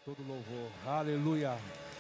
Todo louvor, aleluia.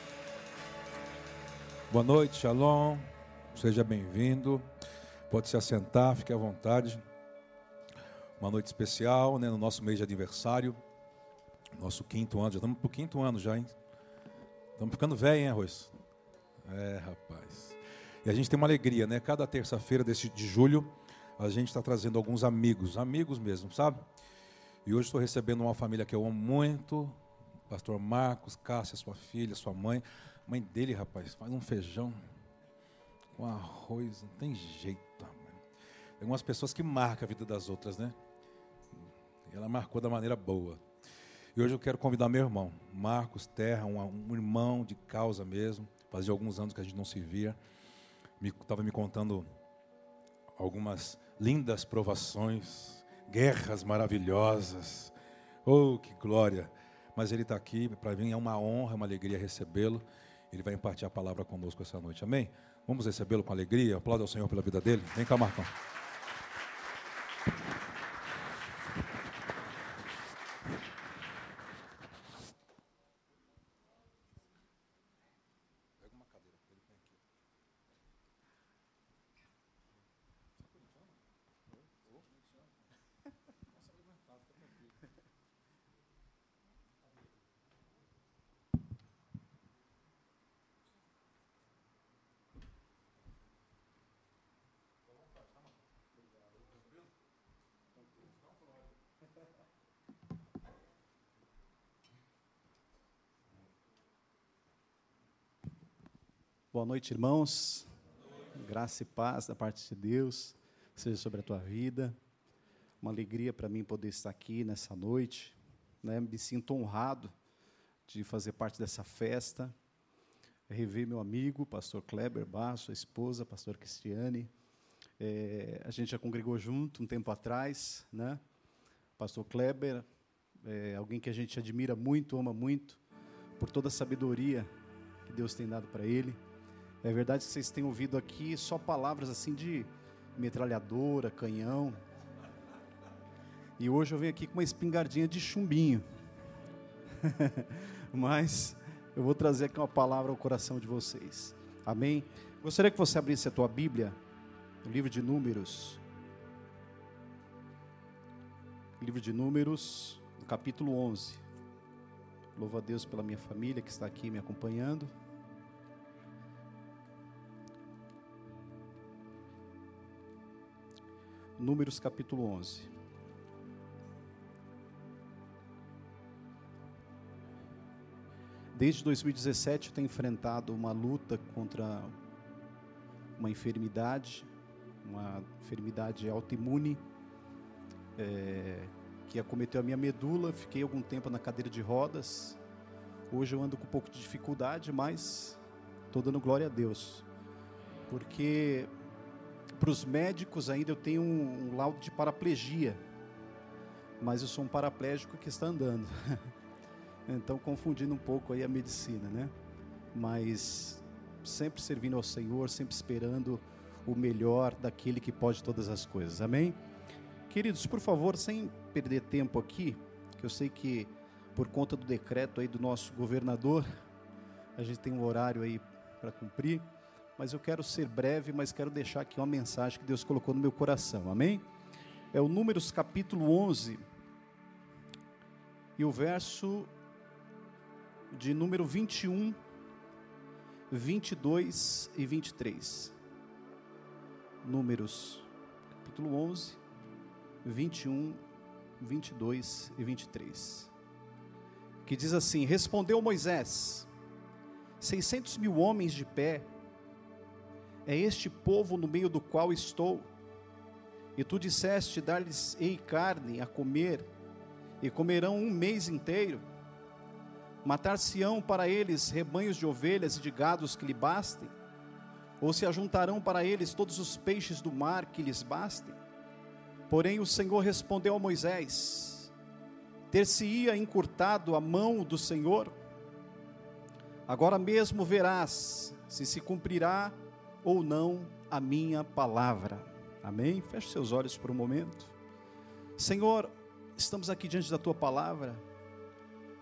Boa noite, shalom, seja bem-vindo, pode se assentar, fique à vontade. Uma noite especial, né, no nosso mês de aniversário, nosso 5º ano, já estamos para o 5º ano já, hein? Estamos ficando velho, hein, Arroz? Rapaz. E a gente tem uma alegria, né, cada terça-feira de julho, a gente está trazendo alguns amigos mesmo, sabe? E hoje estou recebendo uma família que eu amo muito, Pastor Marcos, Cássia, sua filha, sua mãe. Mãe dele, rapaz, faz um feijão com arroz, não tem jeito. Rapaz. Tem algumas pessoas que marcam a vida das outras, né? E ela marcou da maneira boa. E hoje eu quero convidar meu irmão, Marcos Terra, um irmão de causa mesmo. Fazia alguns anos que a gente não se via. Estava me contando algumas lindas provações, guerras maravilhosas. Oh, que glória! Mas ele está aqui, para mim é uma honra, é uma alegria recebê-lo. Ele vai impartir a palavra conosco essa noite, amém? Vamos recebê-lo com alegria, aplauda ao Senhor pela vida dele. Vem cá, Marcão. Pega uma cadeira para ele, vem aqui. Nossa, levantar, fica tranquilo. Boa noite, irmãos. Graça e paz da parte de Deus seja sobre a tua vida. Uma alegria para mim poder estar aqui nessa noite, né? Me sinto honrado de fazer parte dessa festa. Rever meu amigo, pastor Kleber Basso, sua esposa, pastor Cristiane. A gente já congregou junto um tempo atrás, né? Pastor Kleber, alguém que a gente admira muito, ama muito, por toda a sabedoria que Deus tem dado para ele. É verdade que vocês têm ouvido aqui só palavras assim de metralhadora, canhão. E hoje eu venho aqui com uma espingardinha de chumbinho. Mas eu vou trazer aqui uma palavra ao coração de vocês. Amém? Gostaria que você abrisse a tua Bíblia, no livro de Números. Livro de Números, no capítulo 11. Louvo a Deus pela minha família que está aqui me acompanhando. Números capítulo 11. Desde 2017 eu tenho enfrentado uma luta contra uma enfermidade autoimune, que acometeu a minha medula. Fiquei algum tempo na cadeira de rodas. Hoje eu ando com um pouco de dificuldade, mas estou dando glória a Deus, porque para os médicos ainda eu tenho um laudo de paraplegia, mas eu sou um paraplégico que está andando. Então confundindo um pouco aí a medicina, né? Mas sempre servindo ao Senhor, sempre esperando o melhor daquele que pode todas as coisas, amém? Queridos, por favor, sem perder tempo aqui, que eu sei que por conta do decreto aí do nosso governador, a gente tem um horário aí para cumprir. Mas eu quero ser breve, mas quero deixar aqui uma mensagem que Deus colocou no meu coração, amém? É o Números capítulo 11, e o verso de número 21, 22 e 23. Números capítulo 11, 21, 22 e 23. Que diz assim: Respondeu Moisés: 600 mil homens de pé, é este povo no meio do qual estou, e tu disseste: dar-lhes-ei carne a comer, e comerão um mês inteiro. Matar-se-ão para eles rebanhos de ovelhas e de gados que lhe bastem? Ou se ajuntarão para eles todos os peixes do mar que lhes bastem? Porém o Senhor respondeu a Moisés: ter-se-ia encurtado a mão do Senhor? Agora mesmo verás se cumprirá ou não a minha palavra. Amém? Feche seus olhos por um momento. Senhor, estamos aqui diante da tua palavra,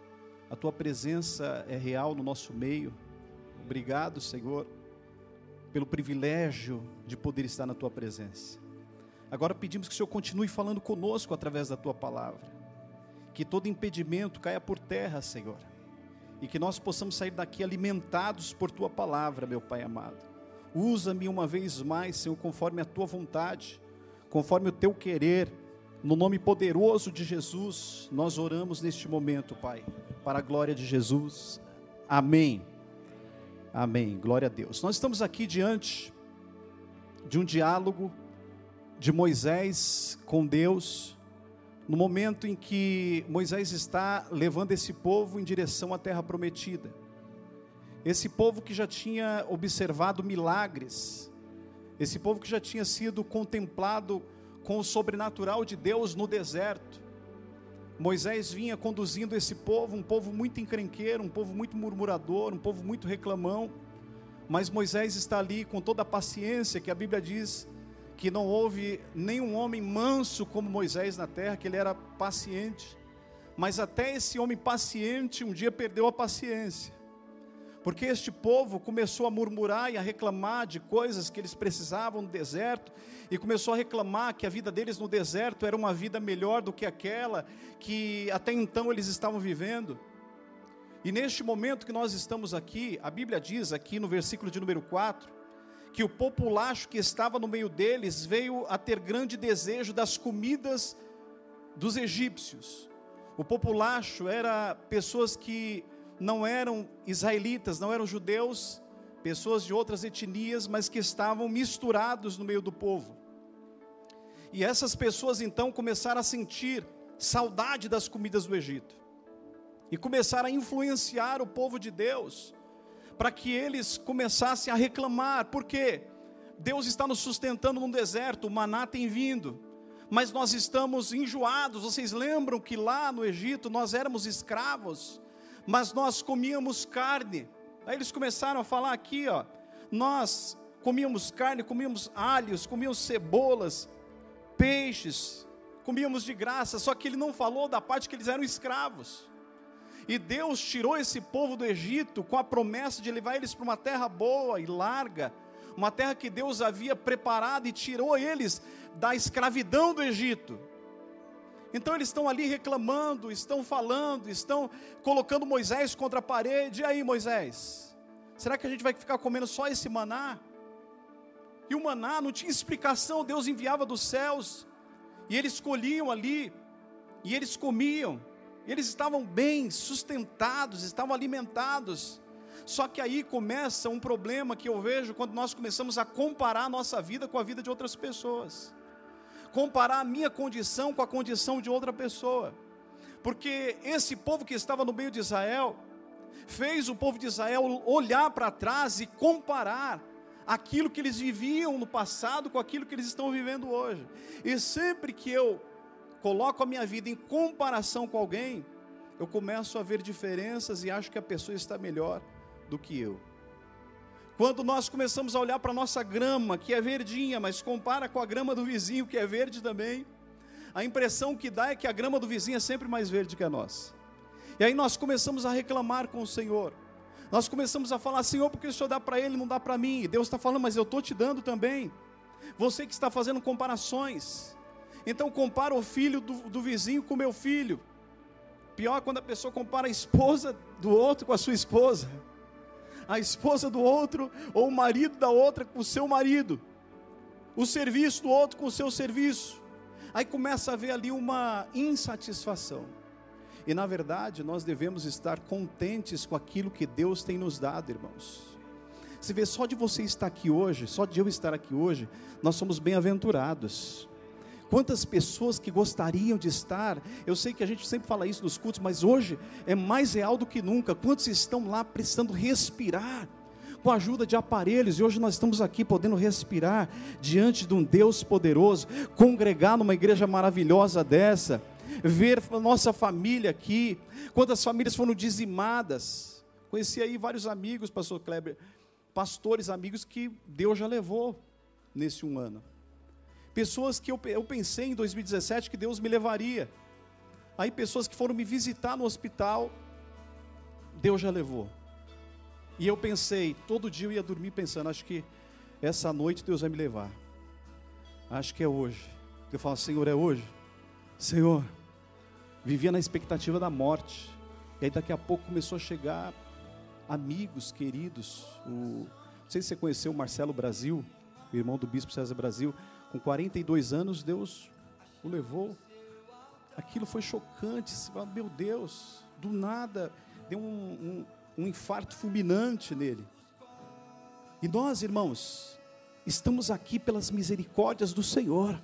a Tua presença é real no nosso meio. Obrigado, Senhor, pelo privilégio de poder estar na Tua presença. Agora pedimos que o Senhor continue falando conosco através da Tua palavra, que todo impedimento caia por terra, Senhor, e que nós possamos sair daqui alimentados por Tua palavra, meu Pai amado. Usa-me uma vez mais, Senhor, conforme a Tua vontade, conforme o Teu querer, no nome poderoso de Jesus, nós oramos neste momento, Pai, para a glória de Jesus, amém, amém, glória a Deus. Nós estamos aqui diante de um diálogo de Moisés com Deus, no momento em que Moisés está levando esse povo em direção à terra prometida, esse povo que já tinha observado milagres, esse povo que já tinha sido contemplado com o sobrenatural de Deus no deserto. Moisés vinha conduzindo esse povo, um povo muito encrenqueiro, um povo muito murmurador, um povo muito reclamão, mas Moisés está ali com toda a paciência, que a Bíblia diz que não houve nenhum homem manso como Moisés na terra, que ele era paciente, mas até esse homem paciente um dia perdeu a paciência, porque este povo começou a murmurar e a reclamar de coisas que eles precisavam no deserto, e começou a reclamar que a vida deles no deserto era uma vida melhor do que aquela que até então eles estavam vivendo. E neste momento que nós estamos aqui, a Bíblia diz aqui no versículo de número 4, que o populacho que estava no meio deles veio a ter grande desejo das comidas dos egípcios. O populacho era pessoas que não eram israelitas, não eram judeus, pessoas de outras etnias, mas que estavam misturados no meio do povo. E essas pessoas então começaram a sentir saudade das comidas do Egito, e começaram a influenciar o povo de Deus, para que eles começassem a reclamar, porque Deus está nos sustentando no deserto, o maná tem vindo, mas nós estamos enjoados. Vocês lembram que lá no Egito nós éramos escravos, mas nós comíamos carne. Aí eles começaram a falar aqui, ó, nós comíamos carne, comíamos alhos, comíamos cebolas, peixes, comíamos de graça. Só que ele não falou da parte que eles eram escravos, e Deus tirou esse povo do Egito com a promessa de levar eles para uma terra boa e larga, uma terra que Deus havia preparado, e tirou eles da escravidão do Egito. Então eles estão ali reclamando, estão falando, estão colocando Moisés contra a parede. E aí, Moisés, será que a gente vai ficar comendo só esse maná? E o maná não tinha explicação, Deus enviava dos céus, e eles colhiam ali, e eles comiam, eles estavam bem sustentados, estavam alimentados. Só que aí começa um problema que eu vejo quando nós começamos a comparar a nossa vida com a vida de outras pessoas, comparar a minha condição com a condição de outra pessoa, porque esse povo que estava no meio de Israel, fez o povo de Israel olhar para trás e comparar aquilo que eles viviam no passado com aquilo que eles estão vivendo hoje. E sempre que eu coloco a minha vida em comparação com alguém, eu começo a ver diferenças e acho que a pessoa está melhor do que eu. Quando nós começamos a olhar para a nossa grama, que é verdinha, mas compara com a grama do vizinho, que é verde também, a impressão que dá é que a grama do vizinho é sempre mais verde que a nossa. E aí nós começamos a reclamar com o Senhor, nós começamos a falar: Senhor, porque o Senhor dá para ele, não dá para mim? E Deus está falando: mas eu estou te dando também. Você que está fazendo comparações, então compara o filho do vizinho com o meu filho. Pior é quando a pessoa compara a esposa do outro com a sua esposa, a esposa do outro, ou o marido da outra com o seu marido, o serviço do outro com o seu serviço. Aí começa a haver ali uma insatisfação. E na verdade nós devemos estar contentes com aquilo que Deus tem nos dado, irmãos. Você vê, só de você estar aqui hoje, só de eu estar aqui hoje, nós somos bem-aventurados. Quantas pessoas que gostariam de estar, eu sei que a gente sempre fala isso nos cultos, mas hoje é mais real do que nunca. Quantos estão lá precisando respirar, com a ajuda de aparelhos, e hoje nós estamos aqui podendo respirar, diante de um Deus poderoso, congregar numa igreja maravilhosa dessa, ver a nossa família aqui, quantas famílias foram dizimadas. Conheci aí vários amigos, pastor Kleber, pastores amigos que Deus já levou nesse um ano. Pessoas que eu pensei em 2017 que Deus me levaria. Aí pessoas que foram me visitar no hospital, Deus já levou. E eu pensei, todo dia eu ia dormir pensando, acho que essa noite Deus vai me levar. Acho que é hoje. Eu falo, Senhor, é hoje? Senhor, vivia na expectativa da morte. E aí daqui a pouco começou a chegar amigos queridos. Não sei se você conheceu o Marcelo Brasil, o irmão do bispo César Brasil. Com 42 anos, Deus o levou. Aquilo foi chocante. Você fala, meu Deus, do nada, deu um infarto fulminante nele. E nós, irmãos, estamos aqui pelas misericórdias do Senhor,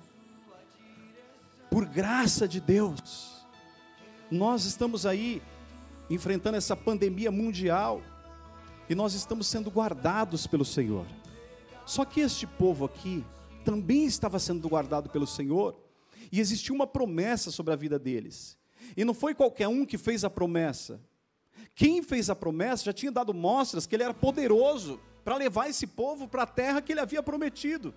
por graça de Deus. Nós estamos aí enfrentando essa pandemia mundial e nós estamos sendo guardados pelo Senhor. Só que este povo aqui também estava sendo guardado pelo Senhor e existia uma promessa sobre a vida deles. E não foi qualquer um que fez a promessa. Quem fez a promessa já tinha dado mostras que ele era poderoso para levar esse povo para a terra que ele havia prometido.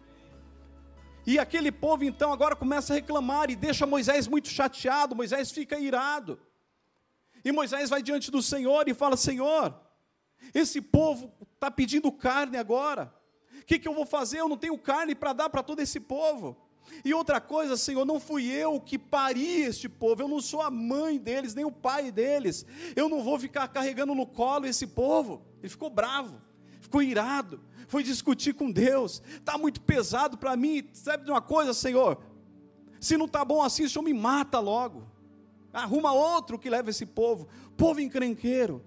E aquele povo então agora começa a reclamar e deixa Moisés muito chateado. Moisés fica irado. E Moisés vai diante do Senhor e fala, Senhor, esse povo está pedindo carne agora. O que eu vou fazer? Eu não tenho carne para dar para todo esse povo. E outra coisa, Senhor, não fui eu que pari este povo, eu não sou a mãe deles, nem o pai deles, eu não vou ficar carregando no colo esse povo. Ele ficou bravo, ficou irado, foi discutir com Deus, está muito pesado para mim. Sabe de uma coisa, Senhor, se não está bom assim, o Senhor me mata logo, arruma outro que leve esse povo encrenqueiro.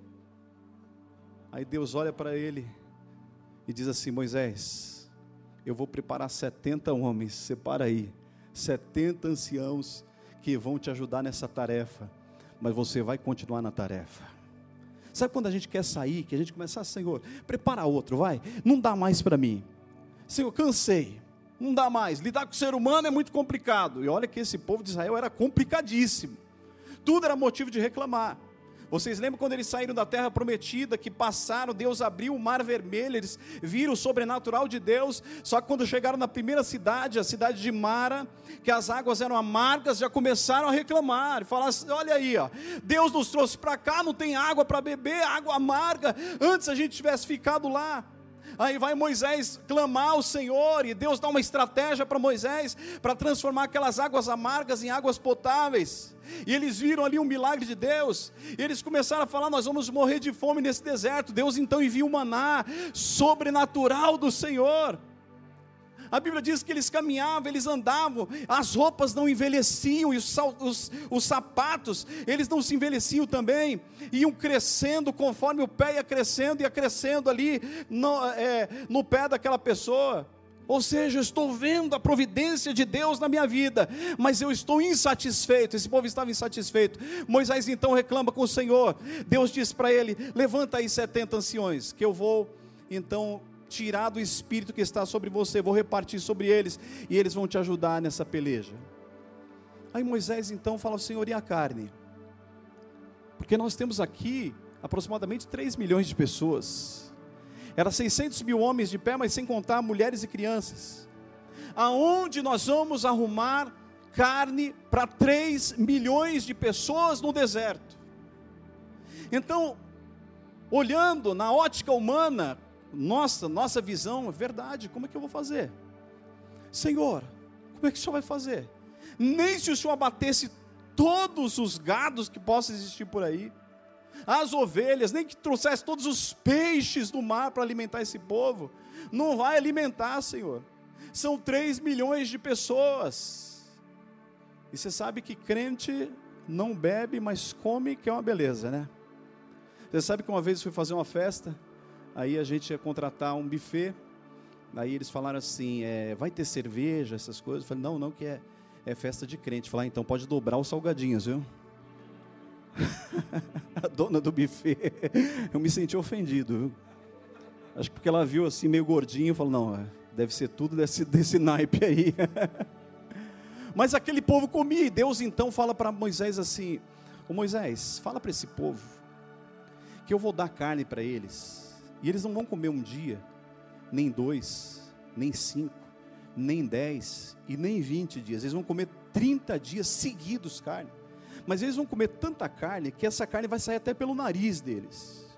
Aí Deus olha para ele e diz assim, Moisés, eu vou preparar 70 homens, separa aí, 70 anciãos que vão te ajudar nessa tarefa, mas você vai continuar na tarefa. Sabe quando a gente quer sair, que a gente começa, Senhor, prepara outro, vai, não dá mais para mim, Senhor, cansei, não dá mais, lidar com o ser humano é muito complicado. E olha que esse povo de Israel era complicadíssimo, tudo era motivo de reclamar. Vocês lembram quando eles saíram da terra prometida, que passaram, Deus abriu o mar vermelho, eles viram o sobrenatural de Deus, só que quando chegaram na primeira cidade, a cidade de Mara, que as águas eram amargas, já começaram a reclamar, e falar assim, olha aí, ó, Deus nos trouxe para cá, não tem água para beber, água amarga, antes a gente tivesse ficado lá. Aí vai Moisés clamar ao Senhor, e Deus dá uma estratégia para Moisés, para transformar aquelas águas amargas em águas potáveis, e eles viram ali um milagre de Deus, e eles começaram a falar, nós vamos morrer de fome nesse deserto. Deus então envia um maná sobrenatural do Senhor. A Bíblia diz que eles caminhavam, eles andavam, as roupas não envelheciam, e os sapatos, eles não se envelheciam também, iam crescendo conforme o pé ia crescendo ali no pé daquela pessoa. Ou seja, eu estou vendo a providência de Deus na minha vida, mas eu estou insatisfeito. Esse povo estava insatisfeito. Moisés então reclama com o Senhor. Deus diz para ele, levanta aí 70 anciões, que eu vou então tirar do espírito que está sobre você, vou repartir sobre eles, e eles vão te ajudar nessa peleja. Aí Moisés então fala, Senhor, e a carne? Porque nós temos aqui aproximadamente 3 milhões de pessoas, era 600 mil homens de pé, mas sem contar mulheres e crianças. Aonde nós vamos arrumar carne para 3 milhões de pessoas no deserto? Então, olhando na ótica humana, nossa visão, é verdade, como é que eu vou fazer? Senhor, como é que o Senhor vai fazer? Nem se o Senhor abatesse todos os gados que possam existir por aí, as ovelhas, nem que trouxesse todos os peixes do mar para alimentar esse povo, não vai alimentar, Senhor. São 3 milhões de pessoas, e você sabe que crente não bebe, mas come, que é uma beleza, né? Você sabe que uma vez eu fui fazer uma festa, aí a gente ia contratar um buffet, aí eles falaram assim, vai ter cerveja, essas coisas. Eu falei, não, que é festa de crente. Falar, então pode dobrar os salgadinhos, viu? A dona do buffet, eu me senti ofendido, viu? Acho que porque ela viu assim meio gordinho, falou, não, deve ser tudo desse naipe aí. Mas aquele povo comia, e Deus então fala para Moisés assim, ô Moisés, fala para esse povo, que eu vou dar carne para eles, e eles não vão comer um dia, nem 2, nem 5, nem 10, e nem 20 dias, eles vão comer 30 dias seguidos carne, mas eles vão comer tanta carne, que essa carne vai sair até pelo nariz deles.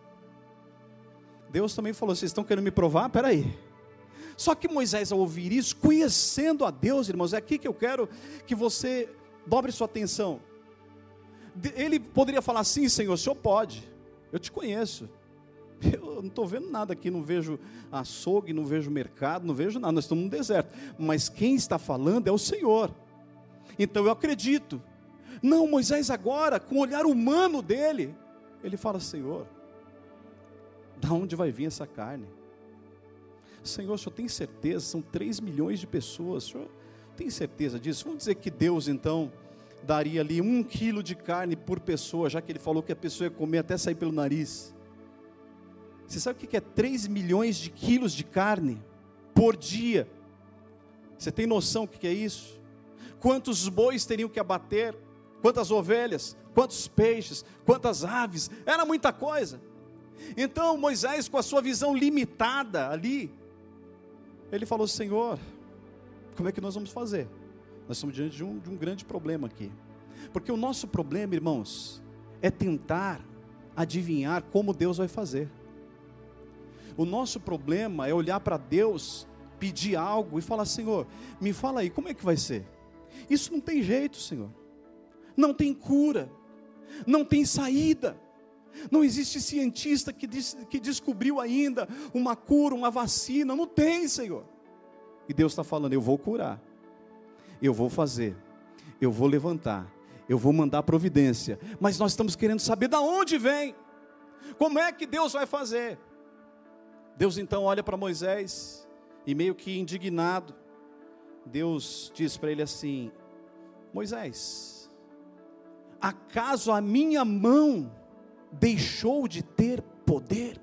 Deus também falou, vocês estão querendo me provar? Espera aí. Só que Moisés, ao ouvir isso, conhecendo a Deus, irmãos, é aqui que eu quero que você dobre sua atenção. Ele poderia falar assim, Senhor, o Senhor pode, eu te conheço. Eu não estou vendo nada aqui, não vejo açougue, não vejo mercado, não vejo nada, nós estamos no deserto. Mas quem está falando é o Senhor. Então eu acredito. Não, Moisés agora, com o olhar humano dele, ele fala, Senhor, da onde vai vir essa carne? Senhor, o Senhor tem certeza? São 3 milhões de pessoas, o Senhor tem certeza disso? Vamos dizer que Deus então daria ali 1 quilo de carne por pessoa, já que Ele falou que a pessoa ia comer até sair pelo nariz. Você sabe o que é 3 milhões de quilos de carne por dia? Você tem noção o que é isso? Quantos bois teriam que abater? Quantas ovelhas? Quantos peixes? Quantas aves? Era muita coisa. Então Moisés, com a sua visão limitada ali, ele falou, Senhor, como é que nós vamos fazer? Nós estamos diante de um grande problema aqui. Porque o nosso problema, irmãos, é tentar adivinhar como Deus vai fazer. O nosso problema é olhar para Deus, pedir algo e falar, Senhor, me fala aí, como é que vai ser? Isso não tem jeito, Senhor. Não tem cura, não tem saída. Não existe cientista que descobriu ainda uma cura, uma vacina. Não tem, Senhor. E Deus está falando, eu vou curar, eu vou fazer, eu vou levantar, eu vou mandar providência. Mas nós estamos querendo saber de onde vem. Como é que Deus vai fazer? Deus então olha para Moisés e meio que indignado, Deus diz para ele assim, Moisés, acaso a minha mão deixou de ter poder?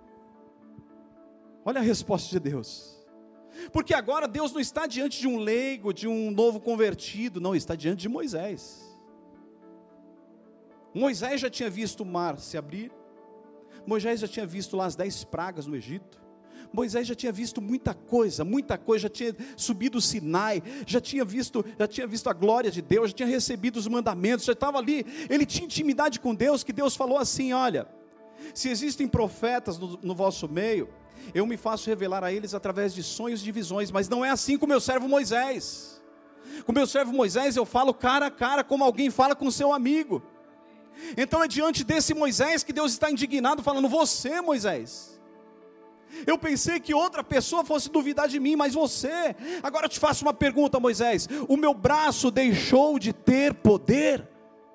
Olha a resposta de Deus. Porque agora Deus não está diante de um leigo, de um novo convertido, não, está diante de Moisés. Moisés já tinha visto o mar se abrir, Moisés já tinha visto lá as 10 pragas no Egito, Moisés já tinha visto muita coisa, já tinha subido o Sinai, já tinha visto a glória de Deus, já tinha recebido os mandamentos, já estava ali, ele tinha intimidade com Deus, que Deus falou assim, olha, se existem profetas no vosso meio, eu me faço revelar a eles através de sonhos e de visões, mas não é assim com o meu servo Moisés. Com o meu servo Moisés eu falo cara a cara, como alguém fala com o seu amigo. Então é diante desse Moisés que Deus está indignado, falando, você Moisés, eu pensei que outra pessoa fosse duvidar de mim, mas você, agora eu te faço uma pergunta Moisés, o meu braço deixou de ter poder?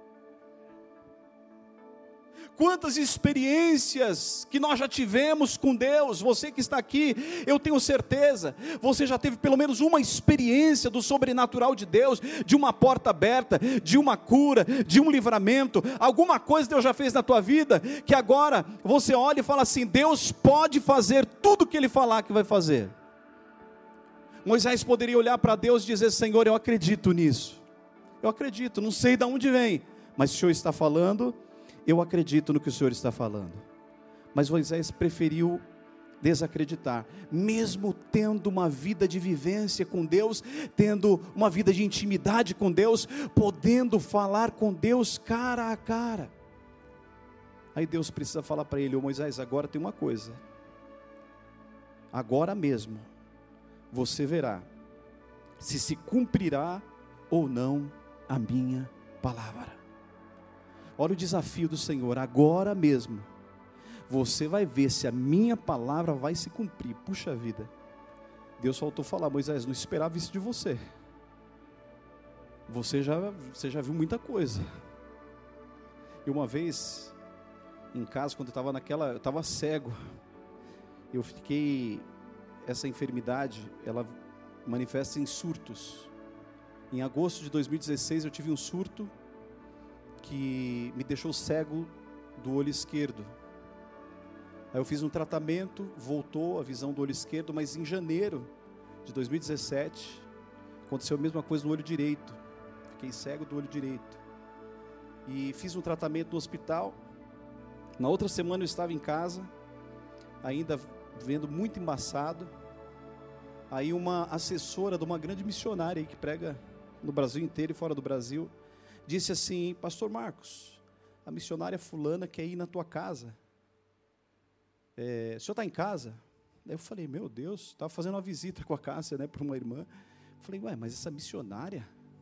Quantas experiências que nós já tivemos com Deus, você que está aqui, eu tenho certeza, você já teve pelo menos uma experiência do sobrenatural de Deus, de uma porta aberta, de uma cura, de um livramento, alguma coisa Deus já fez na tua vida, que agora você olha e fala assim, Deus pode fazer tudo o que Ele falar que vai fazer. Moisés poderia olhar para Deus e dizer, Senhor, eu acredito nisso, eu acredito, não sei de onde vem, mas o Senhor está falando, eu acredito no que o Senhor está falando. Mas Moisés preferiu desacreditar, mesmo tendo uma vida de vivência com Deus, tendo uma vida de intimidade com Deus, podendo falar com Deus cara a cara. Aí Deus precisa falar para ele, Moisés, agora tem uma coisa, agora mesmo, você verá, se cumprirá ou não a minha palavra. Olha o desafio do Senhor, agora mesmo, você vai ver se a minha palavra vai se cumprir. Puxa vida, Deus faltou falar, Moisés, não esperava isso de você. Você já viu muita coisa. E uma vez, em casa, quando eu estava cego, essa enfermidade, ela manifesta em surtos. Em agosto de 2016 eu tive um surto, que me deixou cego do olho esquerdo. Aí eu fiz um tratamento, voltou a visão do olho esquerdo, mas em janeiro de 2017, aconteceu a mesma coisa no olho direito, fiquei cego do olho direito, e fiz um tratamento no hospital. Na outra semana eu estava em casa, ainda vendo muito embaçado, aí uma assessora de uma grande missionária aí, que prega no Brasil inteiro e fora do Brasil, disse assim, pastor Marcos, a missionária fulana quer ir na tua casa. o senhor está em casa? Daí eu falei, meu Deus, estava fazendo uma visita com a Cássia, né, para uma irmã. Eu falei, ué, mas essa missionária,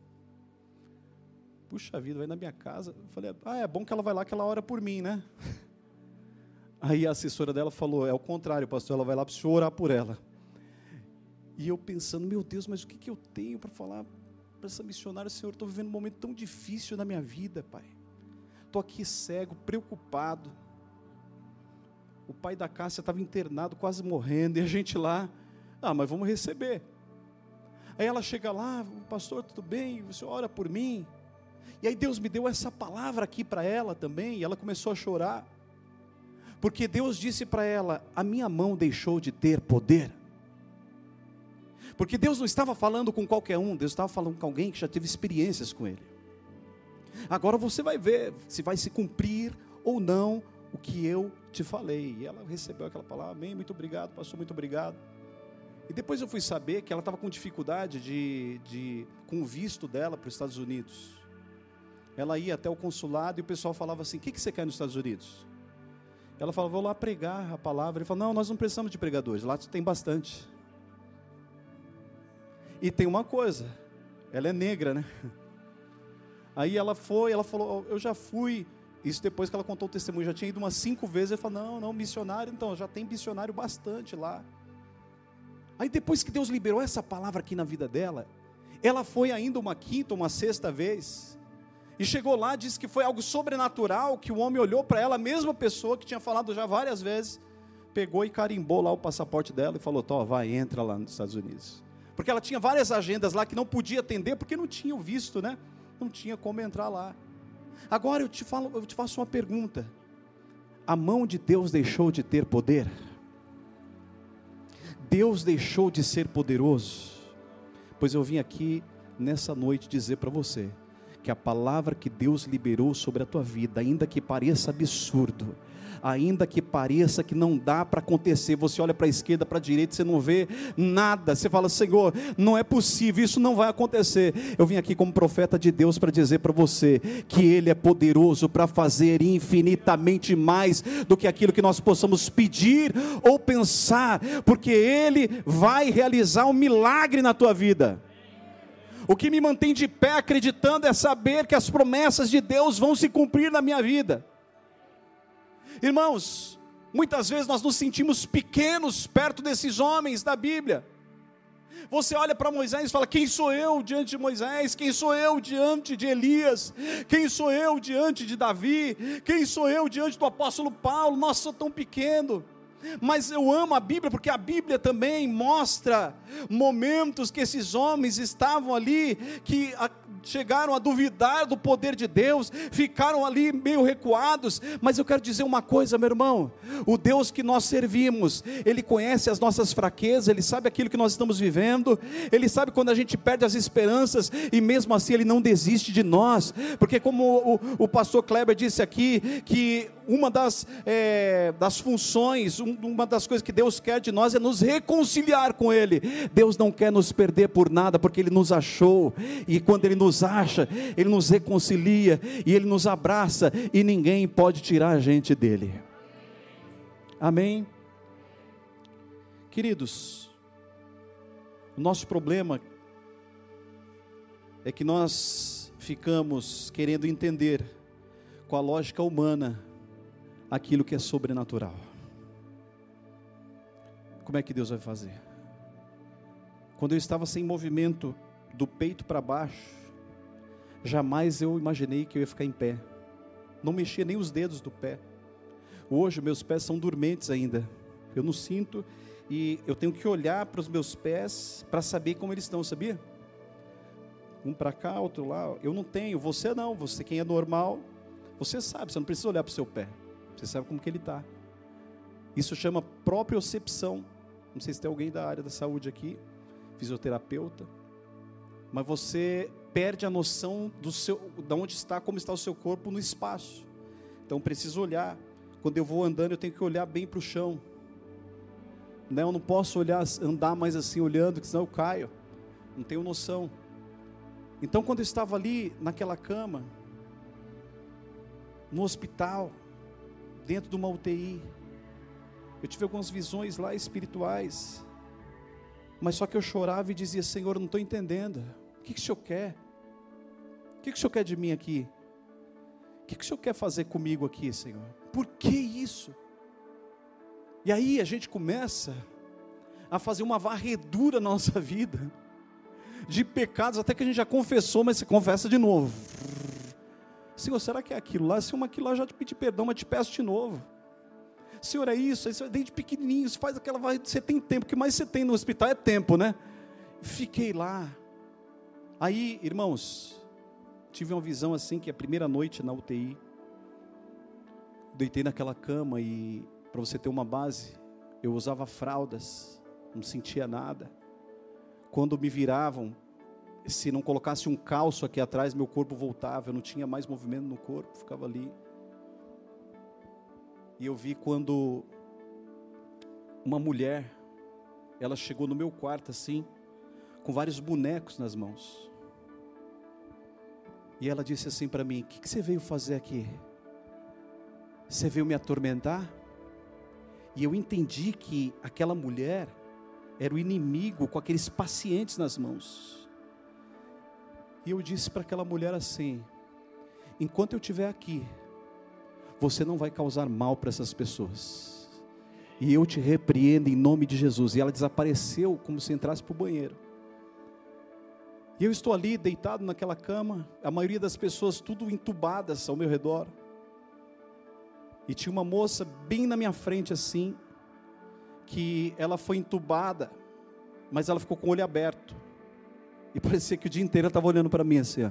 puxa vida, vai na minha casa. Eu falei, é bom que ela vai lá, que ela ora por mim, né? Aí a assessora dela falou, é o contrário, pastor, ela vai lá para o senhor orar por ela. E eu pensando, meu Deus, mas o que eu tenho para falar para essa missionária? Senhor, estou vivendo um momento tão difícil na minha vida, pai. Estou aqui cego, preocupado. O pai da Cássia estava internado, quase morrendo, e a gente lá, mas vamos receber. Aí ela chega lá, pastor, tudo bem? O senhor ora por mim? E aí Deus me deu essa palavra aqui para ela também, e ela começou a chorar. Porque Deus disse para ela, a minha mão deixou de ter poder. Porque Deus não estava falando com qualquer um, Deus estava falando com alguém que já teve experiências com Ele. Agora você vai ver se vai se cumprir ou não o que eu te falei. E ela recebeu aquela palavra, amém, muito obrigado, pastor, muito obrigado. E depois eu fui saber que ela estava com dificuldade com o visto dela para os Estados Unidos. Ela ia até o consulado e o pessoal falava assim, o que você quer nos Estados Unidos? Ela falava, vou lá pregar a palavra. Ele falou, não, nós não precisamos de pregadores, lá tem bastante. E tem uma coisa, ela é negra, né? Aí ela falou, eu já fui, isso depois que ela contou o testemunho, já tinha ido umas 5 vezes, ele falou, não, missionário, então, já tem missionário bastante lá. Aí depois que Deus liberou essa palavra aqui na vida dela, ela foi ainda uma 5ª, uma 6ª vez, e chegou lá, disse que foi algo sobrenatural, que o homem olhou para ela, a mesma pessoa que tinha falado já várias vezes, pegou e carimbou lá o passaporte dela e falou, vai, entra lá nos Estados Unidos. Porque ela tinha várias agendas lá que não podia atender, porque não tinha o visto, né? Não tinha como entrar lá. Agora eu te faço uma pergunta. A mão de Deus deixou de ter poder? Deus deixou de ser poderoso? Pois eu vim aqui nessa noite dizer para você, que a palavra que Deus liberou sobre a tua vida, ainda que pareça absurdo, ainda que pareça que não dá para acontecer, você olha para a esquerda, para a direita, você não vê nada, você fala, Senhor, não é possível, isso não vai acontecer. Eu vim aqui como profeta de Deus para dizer para você, que Ele é poderoso para fazer infinitamente mais, do que aquilo que nós possamos pedir, ou pensar, porque Ele vai realizar um milagre na tua vida. O que me mantém de pé acreditando é saber que as promessas de Deus vão se cumprir na minha vida. Irmãos, muitas vezes nós nos sentimos pequenos perto desses homens da Bíblia. Você olha para Moisés e fala, quem sou eu diante de Moisés? Quem sou eu diante de Elias? Quem sou eu diante de Davi? Quem sou eu diante do apóstolo Paulo? Nossa, sou tão pequeno. Mas eu amo a Bíblia, porque a Bíblia também mostra momentos que esses homens estavam ali, que chegaram a duvidar do poder de Deus, ficaram ali meio recuados. Mas eu quero dizer uma coisa, meu irmão, o Deus que nós servimos, Ele conhece as nossas fraquezas, Ele sabe aquilo que nós estamos vivendo, Ele sabe quando a gente perde as esperanças, e mesmo assim Ele não desiste de nós, porque como o pastor Kleber disse aqui, que uma das funções, uma das coisas que Deus quer de nós é nos reconciliar com Ele. Deus não quer nos perder por nada, porque Ele nos achou, e quando Ele nos acha, Ele nos reconcilia, e Ele nos abraça, e ninguém pode tirar a gente dEle. Amém? Queridos, o nosso problema é que nós ficamos querendo entender com a lógica humana aquilo que é sobrenatural. Como é que Deus vai fazer? Quando eu estava sem movimento do peito para baixo, jamais eu imaginei que eu ia ficar em pé. Não mexia nem os dedos do pé. Hoje meus pés são dormentes ainda. Eu não sinto, e eu tenho que olhar para os meus pés para saber como eles estão, sabia? Um para cá, outro lá. Eu não tenho, você não. Você, quem é normal, você sabe, você não precisa olhar para o seu pé. Você sabe como que ele está. Isso chama propriocepção. Não sei se tem alguém da área da saúde aqui, fisioterapeuta. Mas você perde a noção de onde está, como está o seu corpo no espaço. Então preciso olhar. Quando eu vou andando, eu tenho que olhar bem para o chão. Né? Eu não posso andar mais assim olhando, porque senão eu caio. Não tenho noção. Então quando eu estava ali naquela cama, no hospital, dentro de uma UTI, Eu tive algumas visões lá espirituais, mas só que eu chorava e dizia: Senhor, eu não estou entendendo. O que o Senhor quer? O que o Senhor quer de mim aqui? O que o Senhor quer fazer comigo aqui, Senhor? Por que isso? E aí a gente começa a fazer uma varredura na nossa vida, de pecados até que a gente já confessou, mas você confessa de novo. Senhor, será que é aquilo lá? Senhor, aquilo lá já te pedi perdão, mas te peço de novo. Senhor, é isso, desde pequenininho, você faz aquela varredura, você tem tempo, o que mais você tem no hospital é tempo, né? Fiquei lá. Aí, irmãos, tive uma visão assim, que a primeira noite na UTI, deitei naquela cama e, para você ter uma base, eu usava fraldas, não sentia nada. Quando me viravam, se não colocasse um calço aqui atrás, meu corpo voltava, eu não tinha mais movimento no corpo, ficava ali. E eu vi quando uma mulher, ela chegou no meu quarto assim, com vários bonecos nas mãos. E ela disse assim para mim: o que você veio fazer aqui? Você veio me atormentar? E eu entendi que aquela mulher era o inimigo com aqueles pacientes nas mãos. E eu disse para aquela mulher assim: enquanto eu estiver aqui, você não vai causar mal para essas pessoas. E eu te repreendo em nome de Jesus. E ela desapareceu como se entrasse para o banheiro. E eu estou ali deitado naquela cama, a maioria das pessoas tudo entubadas ao meu redor. E tinha uma moça bem na minha frente assim, que ela foi entubada, mas ela ficou com o olho aberto. E parecia que o dia inteiro ela estava olhando para mim assim, ó.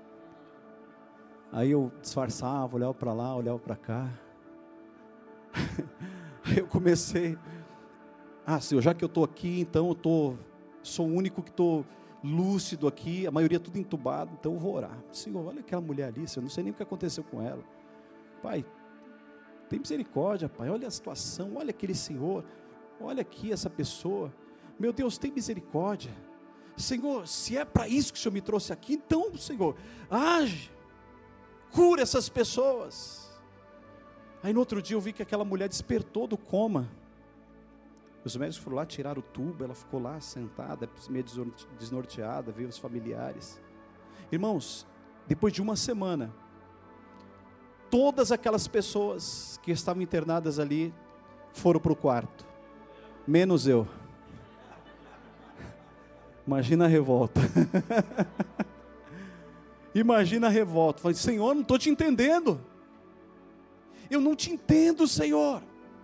Aí eu disfarçava, olhava para lá, olhava para cá. Aí eu comecei: Senhor, já que eu estou aqui, então sou o único que estou lúcido aqui, a maioria tudo entubado, então eu vou orar. Senhor, olha aquela mulher ali, Senhor, não sei nem o que aconteceu com ela. Pai, tem misericórdia, Pai, olha a situação, olha aquele senhor, olha aqui essa pessoa, meu Deus, tem misericórdia. Senhor, se é para isso que o Senhor me trouxe aqui, então, Senhor, age, cura essas pessoas. Aí no outro dia eu vi que aquela mulher despertou do coma. Os médicos foram lá, tiraram o tubo, ela ficou lá sentada, meio desnorteada, veio os familiares. Irmãos, depois de uma semana, todas aquelas pessoas que estavam internadas ali foram para o quarto, menos eu. Imagina a revolta. Imagina a revolta. Falei: Senhor, não estou te entendendo. Eu não te entendo, Senhor.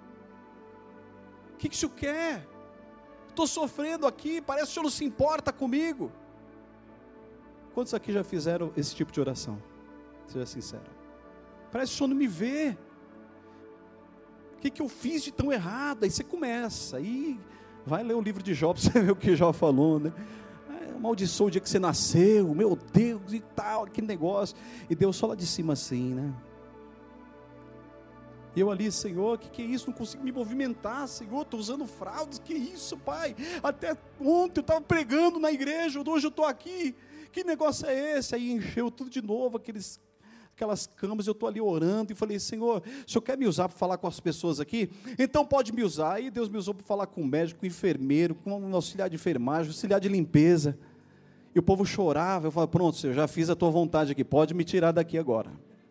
O que o Senhor quer? Estou sofrendo aqui, parece que o Senhor não se importa comigo. Quantos aqui já fizeram esse tipo de oração? Seja sincero. Parece que o Senhor não me vê. O que eu fiz de tão errado? Aí você começa, aí vai ler o livro de Jó, para você ver o que Jó falou, né? Amaldiçoou o dia que você nasceu, meu Deus, e tal, aquele negócio. E Deus só lá de cima assim, né? E eu ali: Senhor, o que é isso? Não consigo me movimentar, Senhor, estou usando fraldas, que isso, Pai? Até ontem eu estava pregando na igreja, hoje eu estou aqui, que negócio é esse? Aí encheu tudo de novo, aquelas camas, eu estou ali orando, e falei: Senhor, o Senhor quer me usar para falar com as pessoas aqui? Então pode me usar. Aí Deus me usou para falar com o médico, com o enfermeiro, com o auxiliar de enfermagem, auxiliar de limpeza, e o povo chorava. Eu falei: pronto, Senhor, já fiz a tua vontade aqui, pode me tirar daqui agora.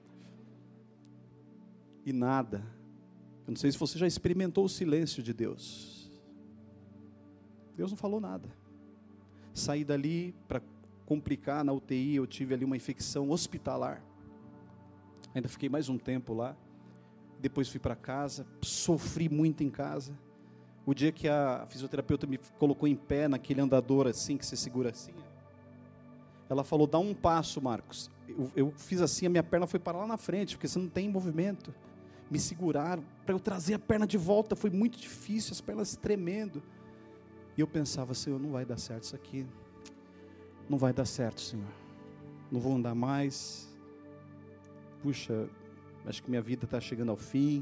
E nada. Eu não sei se você já experimentou o silêncio de Deus. Deus não falou nada. Saí dali, para complicar, na UTI, eu tive ali uma infecção hospitalar. Ainda fiquei mais um tempo lá. Depois fui para casa, sofri muito em casa. O dia que a fisioterapeuta me colocou em pé, naquele andador assim, que você segura assim, ela falou: dá um passo, Marcos. Eu fiz assim, a minha perna foi para lá na frente, porque você não tem movimento. Me seguraram, para eu trazer a perna de volta, foi muito difícil, as pernas tremendo. E eu pensava: Senhor, não vai dar certo isso aqui. Não vai dar certo, Senhor. Não vou andar mais. Puxa, acho que minha vida está chegando ao fim.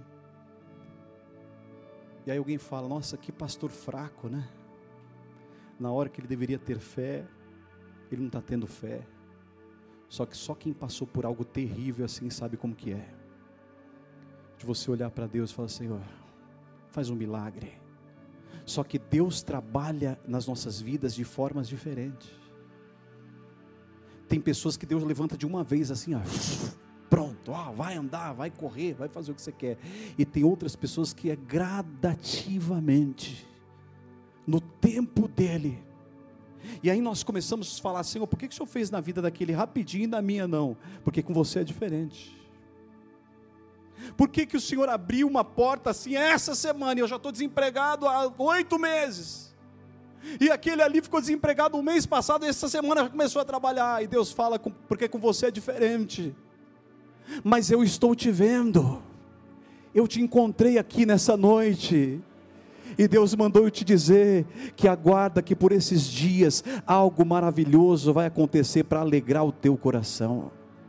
E aí alguém fala: nossa, que pastor fraco, né? Na hora que ele deveria ter fé, ele não está tendo fé. Só quem passou por algo terrível assim sabe como que é. De você olhar para Deus e falar: Senhor, faz um milagre. Só que Deus trabalha nas nossas vidas de formas diferentes. Tem pessoas que Deus levanta de uma vez assim, ó, pronto, vai andar, vai correr, vai fazer o que você quer. E tem outras pessoas que é gradativamente, no tempo dele. E aí nós começamos a falar, Senhor, por que o Senhor fez na vida daquele rapidinho e na minha não? Porque com você é diferente. Por que o Senhor abriu uma porta assim essa semana, e eu já estou desempregado há 8 meses, e aquele ali ficou desempregado o mês passado, e essa semana já começou a trabalhar, e Deus fala, porque com você é diferente, mas eu estou te vendo, eu te encontrei aqui nessa noite, e Deus mandou eu te dizer, que aguarda que por esses dias, algo maravilhoso vai acontecer, para alegrar o teu coração.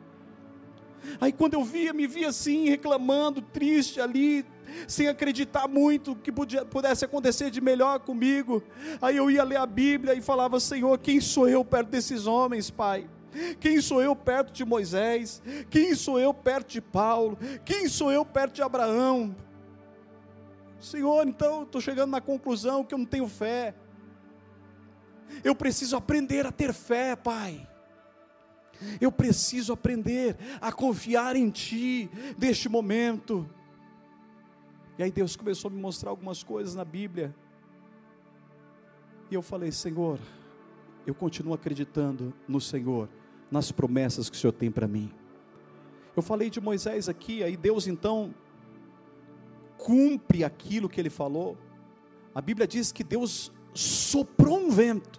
Aí quando eu me via assim, reclamando, triste ali, sem acreditar muito que pudesse acontecer de melhor comigo, aí eu ia ler a Bíblia e falava, Senhor, quem sou eu perto desses homens, Pai? Quem sou eu perto de Moisés? Quem sou eu perto de Paulo? Quem sou eu perto de Abraão? Senhor, então estou chegando na conclusão que eu não tenho fé. Eu preciso aprender a ter fé, Pai. Eu preciso aprender a confiar em Ti, neste momento. E aí Deus começou a me mostrar algumas coisas na Bíblia, e eu falei, Senhor, eu continuo acreditando no Senhor, nas promessas que o Senhor tem para mim. Eu falei de Moisés aqui, aí Deus então cumpre aquilo que Ele falou. A Bíblia diz que Deus soprou um vento.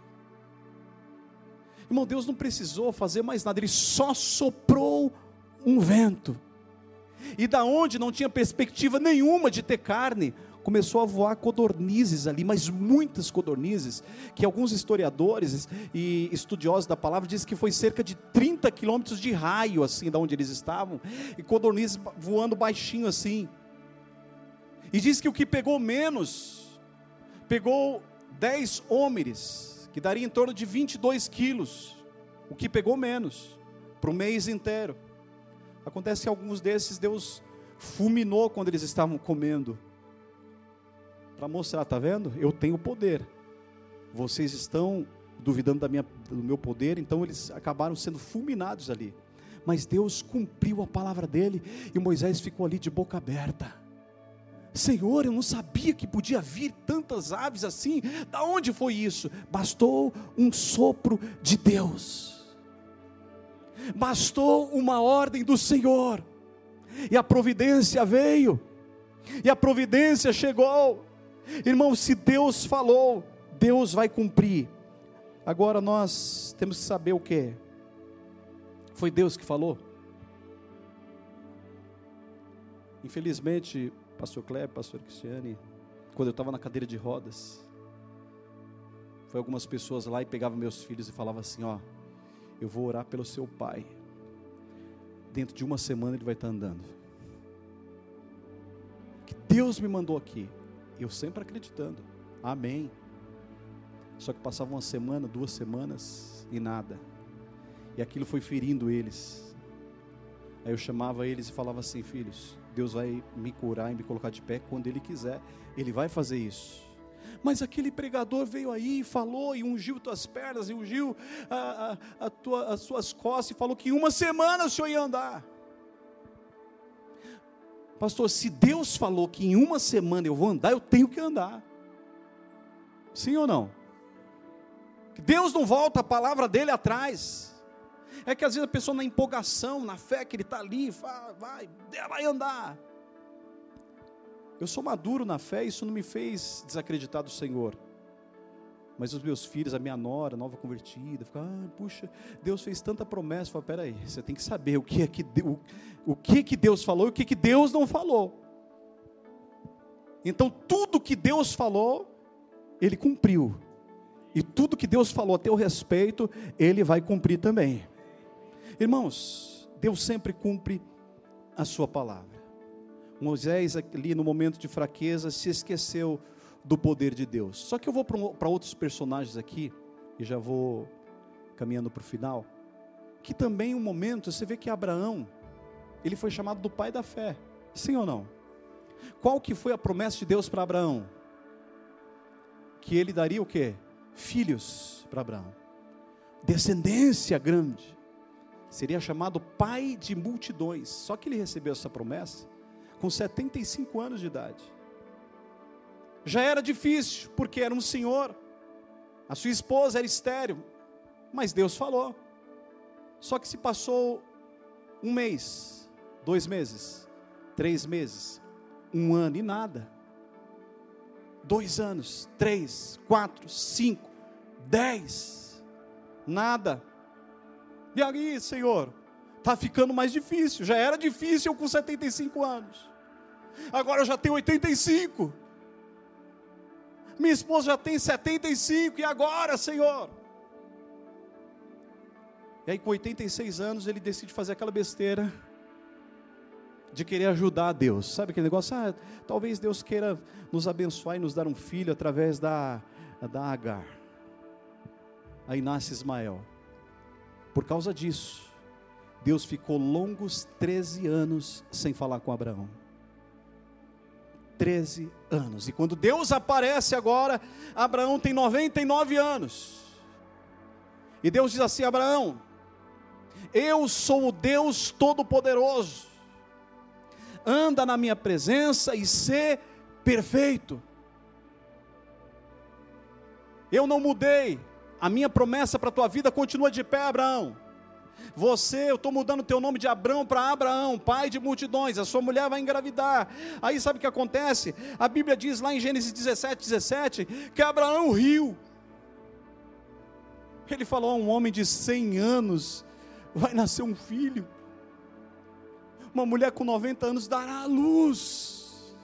Irmão, Deus não precisou fazer mais nada, Ele só soprou um vento, e da onde não tinha perspectiva nenhuma de ter carne, começou a voar codornizes ali, mas muitas codornizes, que alguns historiadores e estudiosos da palavra dizem que foi cerca de 30 quilômetros de raio, assim, da onde eles estavam, e codornizes voando baixinho assim, e diz que o que pegou menos, pegou 10 homens, que daria em torno de 22 quilos, o que pegou menos, para o mês inteiro. Acontece que alguns desses Deus fulminou quando eles estavam comendo, para mostrar, está vendo? Eu tenho poder, vocês estão duvidando do meu poder, então eles acabaram sendo fulminados ali, mas Deus cumpriu a palavra dele, e Moisés ficou ali de boca aberta. Senhor, eu não sabia que podia vir tantas aves assim, da onde foi isso? Bastou um sopro de Deus, bastou uma ordem do Senhor, e a providência veio, e a providência chegou. Irmão, se Deus falou, Deus vai cumprir. Agora nós temos que saber o que? Foi Deus que falou? Infelizmente, Pastor Kleber, Pastor Cristiane, quando eu estava na cadeira de rodas, foi algumas pessoas lá e pegavam meus filhos e falavam assim, eu vou orar pelo seu pai, dentro de uma semana ele vai estar andando, que Deus me mandou aqui, eu sempre acreditando, amém, só que passava uma semana, 2 semanas e nada, e aquilo foi ferindo eles. Aí eu chamava eles e falava assim, filhos, Deus vai me curar e me colocar de pé quando Ele quiser, Ele vai fazer isso. Mas aquele pregador veio aí e falou, e ungiu tuas pernas, e ungiu as suas costas, e falou que em uma semana o senhor ia andar. Pastor, se Deus falou que em uma semana eu vou andar, eu tenho que andar. Sim ou não? Deus não volta a palavra dele atrás. É que às vezes a pessoa na empolgação, na fé que ele está ali, vai andar. Eu sou maduro na fé, isso não me fez desacreditar do Senhor. Mas os meus filhos, a minha nora, nova convertida, ficam, puxa, Deus fez tanta promessa. Eu falo, peraí, você tem que saber o que que Deus falou e o que Deus não falou. Então tudo que Deus falou, Ele cumpriu. E tudo que Deus falou a teu respeito, Ele vai cumprir também. Irmãos, Deus sempre cumpre a sua palavra. Moisés ali no momento de fraqueza se esqueceu do poder de Deus. Só que eu vou para outros personagens aqui, e já vou caminhando para o final, que também um momento, você vê que Abraão, ele foi chamado do pai da fé, sim ou não? Qual que foi a promessa de Deus para Abraão? Que ele daria o quê? Filhos para Abraão. Descendência grande. Seria chamado pai de multidões. Só que ele recebeu essa promessa com 75 anos de idade. Já era difícil, porque era um senhor. A sua esposa era estéril. Mas Deus falou. Só que se passou 1 mês, 2 meses, 3 meses, 1 ano e nada. 2 anos, 3, 4, 5, 10, nada. E aí, Senhor, está ficando mais difícil. Já era difícil eu com 75 anos. Agora eu já tenho 85. Minha esposa já tem 75. E agora, Senhor? E aí com 86 anos ele decide fazer aquela besteira de querer ajudar a Deus. Sabe aquele negócio? Talvez Deus queira nos abençoar e nos dar um filho através da Agar. Aí nasce Ismael. Por causa disso, Deus ficou longos 13 anos sem falar com Abraão. 13 anos. E quando Deus aparece agora, Abraão tem 99 anos. E Deus diz assim: Abraão, eu sou o Deus Todo-Poderoso. Anda na minha presença e sê perfeito. Eu não mudei. A minha promessa para a tua vida continua de pé, Abraão. Eu estou mudando o teu nome de Abrão para Abraão, pai de multidões. A sua mulher vai engravidar. Aí sabe o que acontece? A Bíblia diz lá em Gênesis 17, que Abraão riu. Ele falou: a um homem de 100 anos vai nascer um filho. Uma mulher com 90 anos dará à luz.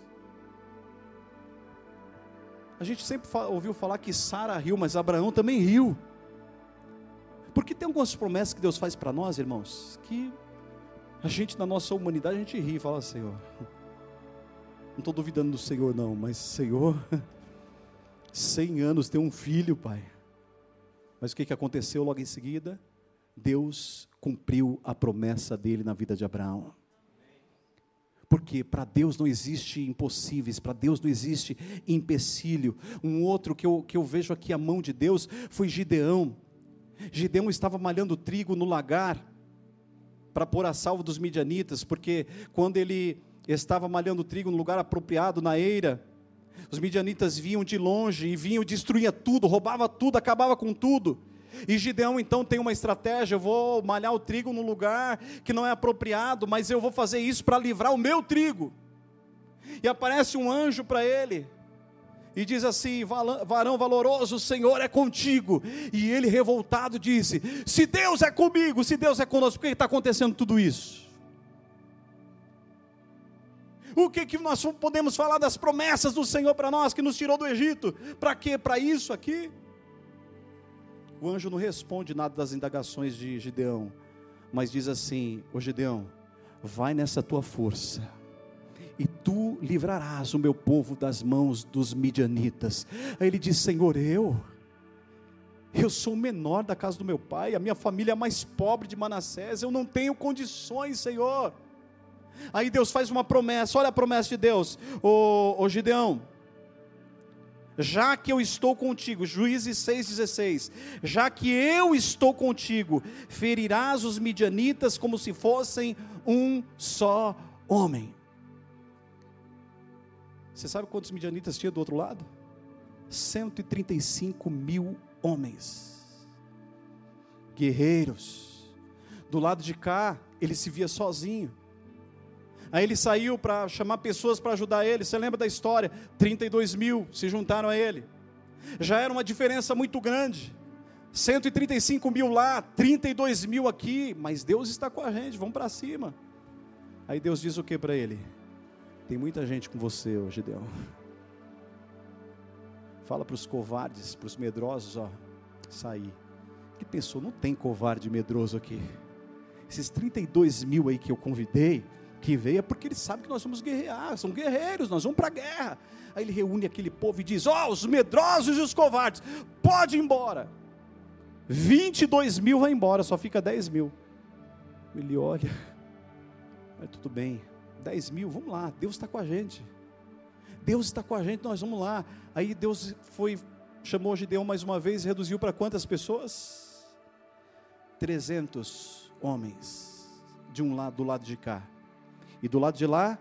A gente sempre ouviu falar que Sara riu, mas Abraão também riu. Porque tem algumas promessas que Deus faz para nós, irmãos, que a gente, na nossa humanidade, a gente ri e fala: Senhor, não estou duvidando do Senhor não, mas Senhor, 100 anos ter um filho, Pai. Mas o que aconteceu logo em seguida? Deus cumpriu a promessa dele na vida de Abraão. Porque para Deus não existe impossíveis, para Deus não existe empecilho. Um outro que eu vejo aqui a mão de Deus foi Gideão. Gideão estava malhando trigo no lagar para pôr a salvo dos midianitas, porque quando ele estava malhando trigo no lugar apropriado, na eira, os midianitas vinham de longe e vinham, destruía tudo, roubava tudo, acabava com tudo. E Gideão então tem uma estratégia: eu vou malhar o trigo no lugar que não é apropriado, mas eu vou fazer isso para livrar o meu trigo. E aparece um anjo para ele e diz assim: varão valoroso, o Senhor é contigo. E ele, revoltado, disse: se Deus é comigo, se Deus é conosco, por que está acontecendo tudo isso? O que nós podemos falar das promessas do Senhor para nós, que nos tirou do Egito? Para quê? Para isso aqui? O anjo não responde nada das indagações de Gideão, mas diz assim: ô Gideão, vai nessa tua força, e tu livrarás o meu povo das mãos dos midianitas. Aí ele diz: Senhor, eu sou o menor da casa do meu pai, a minha família é a mais pobre de Manassés, eu não tenho condições, Senhor. Aí Deus faz uma promessa, olha a promessa de Deus: ô Gideão, já que eu estou contigo, Juízes 6,16, já que eu estou contigo, ferirás os midianitas como se fossem um só homem. Você sabe quantos midianitas tinha do outro lado? 135 mil homens, guerreiros. Do lado de cá, ele se via sozinho. Aí ele saiu para chamar pessoas para ajudar ele. Você lembra da história? 32 mil se juntaram a ele. Já era uma diferença muito grande. 135 mil lá, 32 mil aqui. Mas Deus está com a gente, vamos para cima. Aí Deus diz o que para ele? Tem muita gente com você, ô Gideão. Fala para os covardes, para os medrosos, sair. Ele pensou: não tem covarde medroso aqui. Esses 32 mil aí que eu convidei, que veio, é porque ele sabe que nós vamos guerrear, são guerreiros, nós vamos para a guerra. Aí ele reúne aquele povo e diz: os medrosos e os covardes, pode ir embora. 22 mil vai embora, só fica 10 mil. Ele olha: mas tudo bem, 10 mil, vamos lá, Deus está com a gente. Deus está com a gente, nós vamos lá. Aí Deus chamou Gideão mais uma vez e reduziu para quantas pessoas? 300 homens, do lado de cá. E do lado de lá,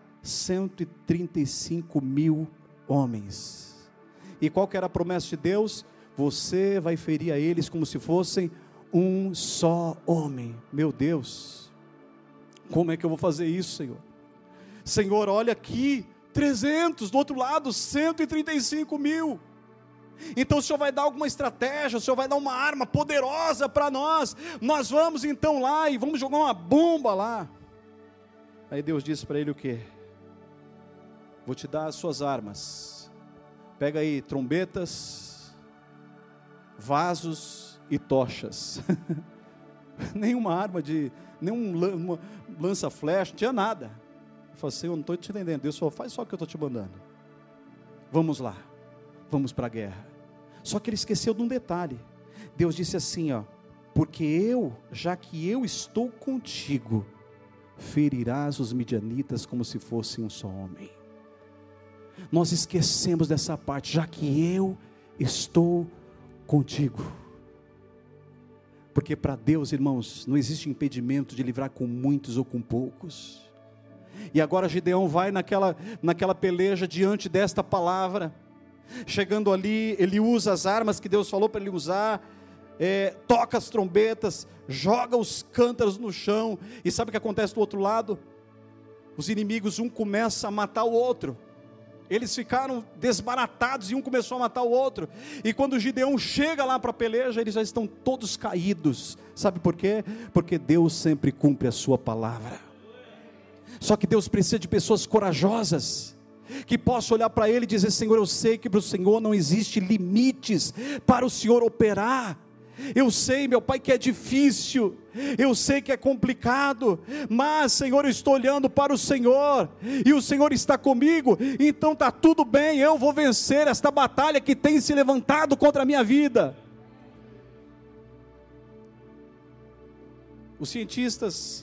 135 mil homens. E qual que era a promessa de Deus? Você vai ferir a eles como se fossem um só homem. Meu Deus, como é que eu vou fazer isso, Senhor? Senhor, olha aqui, 300, do outro lado, 135 mil. Então o Senhor vai dar alguma estratégia, o Senhor vai dar uma arma poderosa para nós. Nós vamos então lá e vamos jogar uma bomba lá. Aí Deus disse para ele o quê? Vou te dar as suas armas. Pega aí trombetas, vasos e tochas. Nenhuma arma nenhum lança-flecha, não tinha nada. Eu falei assim, eu não estou te entendendo. Deus falou, faz só o que eu estou te mandando. Vamos lá, vamos para a guerra. Só que ele esqueceu de um detalhe. Deus disse assim, porque já que eu estou contigo, ferirás os midianitas como se fosse um só homem. Nós esquecemos dessa parte, já que eu estou contigo. Porque para Deus, irmãos, não existe impedimento de livrar com muitos ou com poucos. E agora Gideão vai naquela peleja diante desta palavra. Chegando ali, ele usa as armas que Deus falou para ele usar, toca as trombetas, joga os cântaros no chão, e sabe o que acontece do outro lado? Os inimigos, um começa a matar o outro, eles ficaram desbaratados, e um começou a matar o outro, e quando Gideão chega lá para a peleja, eles já estão todos caídos. Sabe por quê? Porque Deus sempre cumpre a sua palavra. Só que Deus precisa de pessoas corajosas, que possa olhar para Ele e dizer, Senhor, eu sei que para o Senhor não existe limites para o Senhor operar. Eu sei, meu Pai, que é difícil, eu sei que é complicado, mas Senhor, eu estou olhando para o Senhor, e o Senhor está comigo, então está tudo bem, eu vou vencer esta batalha que tem se levantado contra a minha vida. Os cientistas,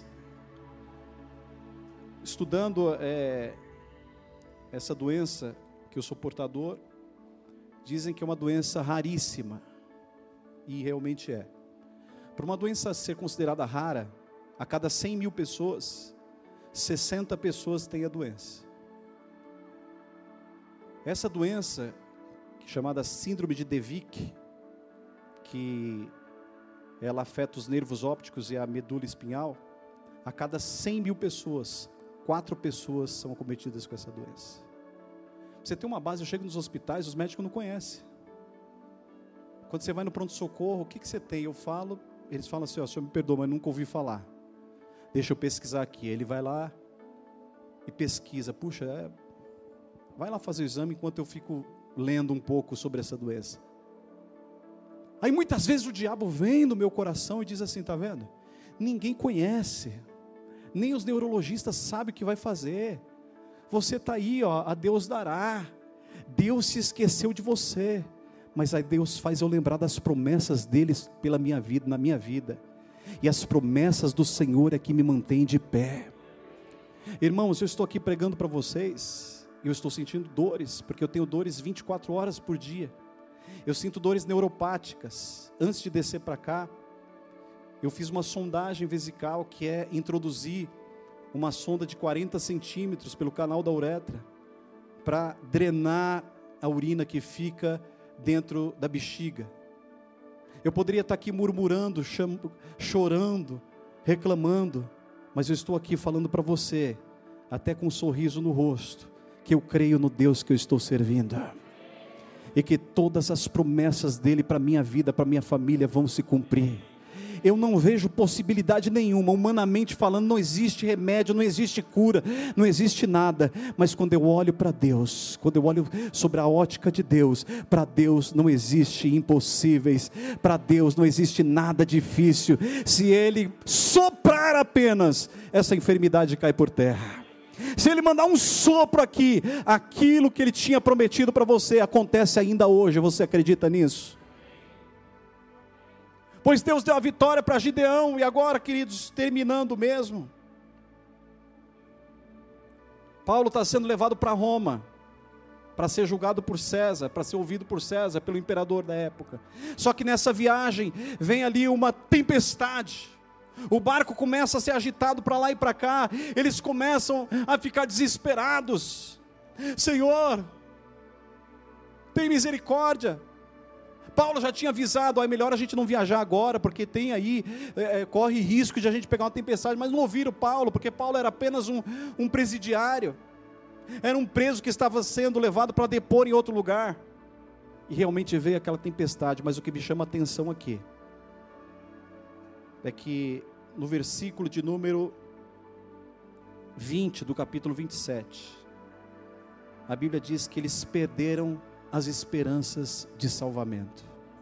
estudando essa doença que eu sou portador, dizem que é uma doença raríssima, e realmente é. Para uma doença ser considerada rara, a cada 100 mil pessoas, 60 pessoas têm a doença. Essa doença, chamada síndrome de Devic, que ela afeta os nervos ópticos e a medula espinhal, a cada 100 mil pessoas, 4 pessoas são acometidas com essa doença. Você tem uma base, eu chego nos hospitais, os médicos não conhecem. Quando você vai no pronto-socorro, o que você tem? Eu falo, eles falam assim, senhor me perdoa, mas nunca ouvi falar. Deixa eu pesquisar aqui. Ele vai lá e pesquisa. Puxa, vai lá fazer o exame enquanto eu fico lendo um pouco sobre essa doença. Aí muitas vezes o diabo vem no meu coração e diz assim, está vendo? Ninguém conhece, nem os neurologistas sabem o que vai fazer. Você está aí, a Deus dará. Deus se esqueceu de você. Mas aí Deus faz eu lembrar das promessas deles pela minha vida, na minha vida. E as promessas do Senhor é que me mantém de pé. Irmãos, eu estou aqui pregando para vocês, eu estou sentindo dores, porque eu tenho dores 24 horas por dia. Eu sinto dores neuropáticas. Antes de descer para cá, eu fiz uma sondagem vesical, que é introduzir uma sonda de 40 centímetros pelo canal da uretra, para drenar a urina que fica dentro da bexiga. Eu poderia estar aqui murmurando, chorando, reclamando, mas eu estou aqui falando para você, até com um sorriso no rosto, que eu creio no Deus que eu estou servindo, e que todas as promessas dele para a minha vida, para a minha família vão se cumprir. Eu não vejo possibilidade nenhuma, humanamente falando, não existe remédio, não existe cura, não existe nada, mas quando eu olho para Deus, quando eu olho sobre a ótica de Deus, para Deus não existe impossíveis, para Deus não existe nada difícil. Se Ele soprar apenas, essa enfermidade cai por terra. Se Ele mandar um sopro aqui, aquilo que Ele tinha prometido para você, acontece ainda hoje. Você acredita nisso? Pois Deus deu a vitória para Gideão. E agora, queridos, terminando mesmo, Paulo está sendo levado para Roma. para ser julgado por César, para ser ouvido por César, pelo imperador da época. Só que nessa viagem vem ali uma tempestade. O barco começa a ser agitado para lá e para cá. Eles começam a ficar desesperados. Senhor, tem misericórdia. Paulo já tinha avisado, é melhor a gente não viajar agora, porque tem aí, corre risco de a gente pegar uma tempestade, mas não ouviram Paulo, porque Paulo era apenas um presidiário, era um preso que estava sendo levado para depor em outro lugar, e realmente veio aquela tempestade. Mas o que me chama a atenção aqui, é que no versículo de número 20, do capítulo 27, a Bíblia diz que eles perderam as esperanças de salvamento.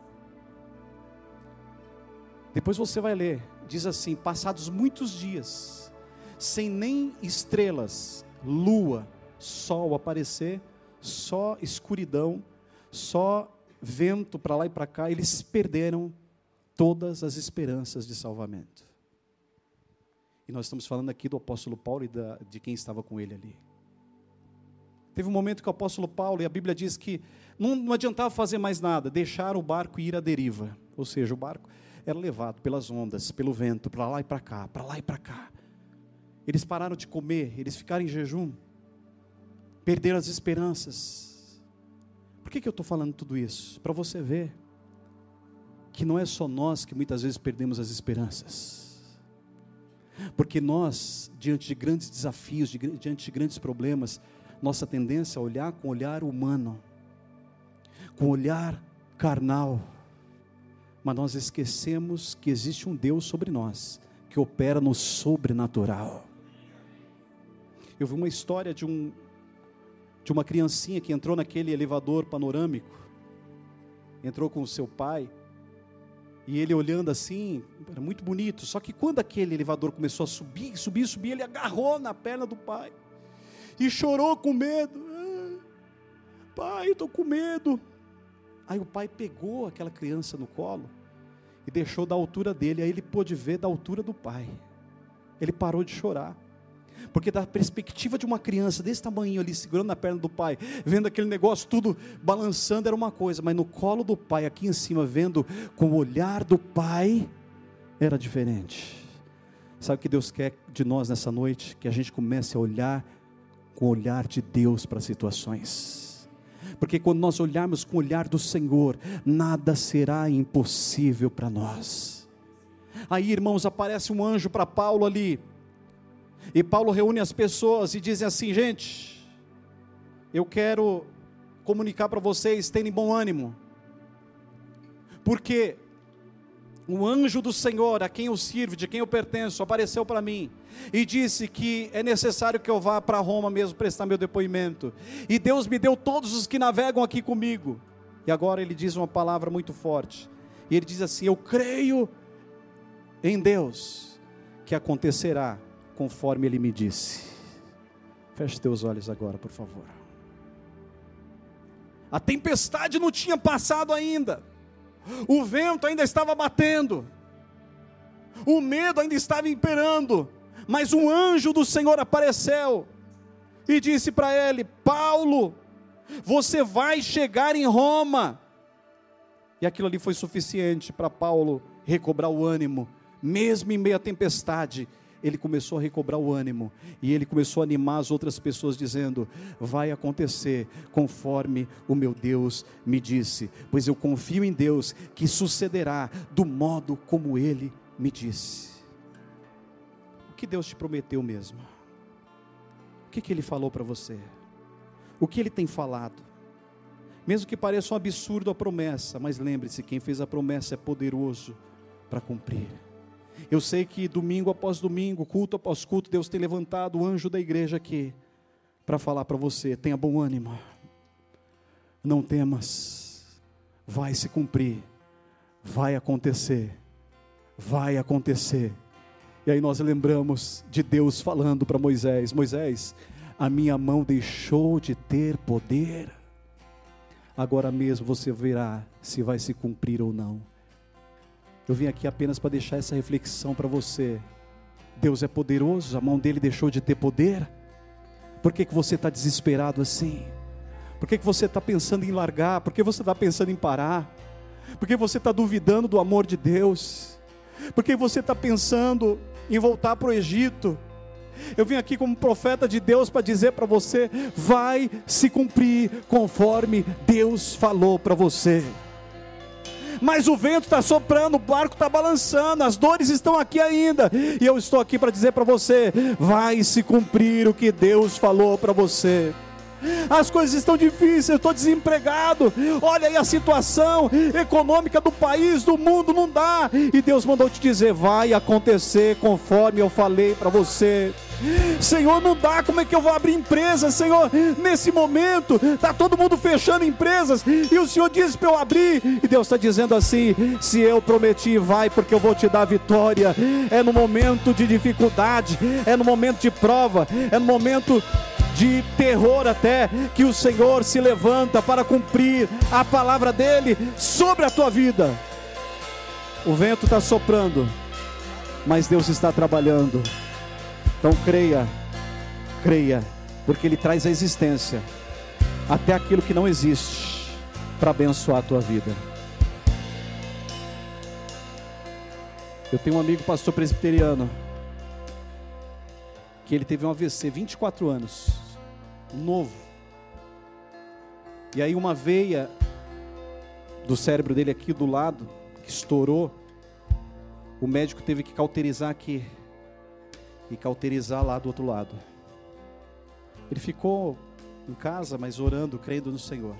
Depois você vai ler, diz assim: passados muitos dias, sem nem estrelas, lua, sol aparecer, só escuridão, só vento para lá e para cá, eles perderam todas as esperanças de salvamento. E nós estamos falando aqui do apóstolo Paulo e de quem estava com ele ali. Teve um momento que o apóstolo Paulo, e a Bíblia diz que não adiantava fazer mais nada, deixar o barco ir à deriva. Ou seja, o barco era levado pelas ondas, pelo vento, para lá e para cá, para lá e para cá. Eles pararam de comer, eles ficaram em jejum, perderam as esperanças. Por que eu estou falando tudo isso? Para você ver que não é só nós que muitas vezes perdemos as esperanças. Porque nós, diante de grandes desafios, diante de grandes problemas, nossa tendência é olhar com olhar humano, com olhar carnal, mas nós esquecemos que existe um Deus sobre nós, que opera no sobrenatural. Eu vi uma história de uma criancinha que entrou naquele elevador panorâmico, entrou com o seu pai, e ele olhando assim, era muito bonito, só que quando aquele elevador começou a subir, ele agarrou na perna do pai, e chorou com medo. Pai, eu estou com medo. Aí o pai pegou aquela criança no colo e deixou da altura dele. Aí ele pôde ver da altura do pai. Ele parou de chorar, porque da perspectiva de uma criança desse tamanho ali, segurando na perna do pai, vendo aquele negócio tudo balançando, era uma coisa, mas no colo do pai, aqui em cima, vendo com o olhar do pai, era diferente. Sabe o que Deus quer de nós nessa noite? Que a gente comece a olhar com o olhar de Deus para as situações, porque quando nós olharmos com o olhar do Senhor, nada será impossível para nós. Aí, irmãos, aparece um anjo para Paulo ali, e Paulo reúne as pessoas e diz assim: gente, eu quero comunicar para vocês, terem bom ânimo, porque o anjo do Senhor, a quem eu sirvo, de quem eu pertenço, apareceu para mim, e disse que é necessário que eu vá para Roma mesmo, prestar meu depoimento, e Deus me deu todos os que navegam aqui comigo. E agora ele diz uma palavra muito forte, e ele diz assim: eu creio em Deus, que acontecerá conforme ele me disse. Feche teus olhos agora, por favor. A tempestade não tinha passado ainda, o vento ainda estava batendo, o medo ainda estava imperando, mas um anjo do Senhor apareceu e disse para ele: Paulo, você vai chegar em Roma. E aquilo ali foi suficiente para Paulo recobrar o ânimo. Mesmo em meio à tempestade, ele começou a recobrar o ânimo, e ele começou a animar as outras pessoas, dizendo: vai acontecer conforme o meu Deus me disse, pois eu confio em Deus, que sucederá do modo como ele me disse. O que Deus te prometeu mesmo? O que ele falou para você? O que ele tem falado? Mesmo que pareça um absurdo a promessa, mas lembre-se, quem fez a promessa é poderoso para cumprir. Eu sei que domingo após domingo, culto após culto, Deus tem levantado o anjo da igreja aqui para falar para você: tenha bom ânimo, não temas, vai se cumprir, vai acontecer, vai acontecer. E aí nós lembramos de Deus falando para Moisés: Moisés, a minha mão deixou de ter poder, agora mesmo você verá se vai se cumprir ou não. Eu vim aqui apenas para deixar essa reflexão para você. Deus é poderoso, a mão dele deixou de ter poder? Por que você está desesperado assim? Por que você está pensando em largar? Por que você está pensando em parar? Por que você está duvidando do amor de Deus? Por que você está pensando em voltar para o Egito? Eu vim aqui como profeta de Deus para dizer para você: vai se cumprir conforme Deus falou para você. Mas o vento está soprando, o barco está balançando, as dores estão aqui ainda, e eu estou aqui para dizer para você: vai se cumprir o que Deus falou para você. As coisas estão difíceis, eu estou desempregado, olha aí a situação econômica do país, do mundo, não dá, e Deus mandou te dizer: vai acontecer conforme eu falei para você. Senhor, não dá, como é que eu vou abrir empresa, Senhor? Nesse momento, está todo mundo fechando empresas, e o Senhor disse para eu abrir, e Deus está dizendo assim: se eu prometi, vai, porque eu vou te dar vitória. É no momento de dificuldade, é no momento de prova, é no momento de terror até, que o Senhor se levanta para cumprir a palavra dEle sobre a tua vida. O vento está soprando, mas Deus está trabalhando. Então creia, porque Ele traz a existência até aquilo que não existe para abençoar a tua vida. Eu tenho um amigo pastor presbiteriano que ele teve um AVC, 24 anos, novo. E aí uma veia do cérebro dele aqui do lado, que estourou, o médico teve que cauterizar aqui e cauterizar lá do outro lado. Ele ficou em casa, mas orando, crendo no Senhor,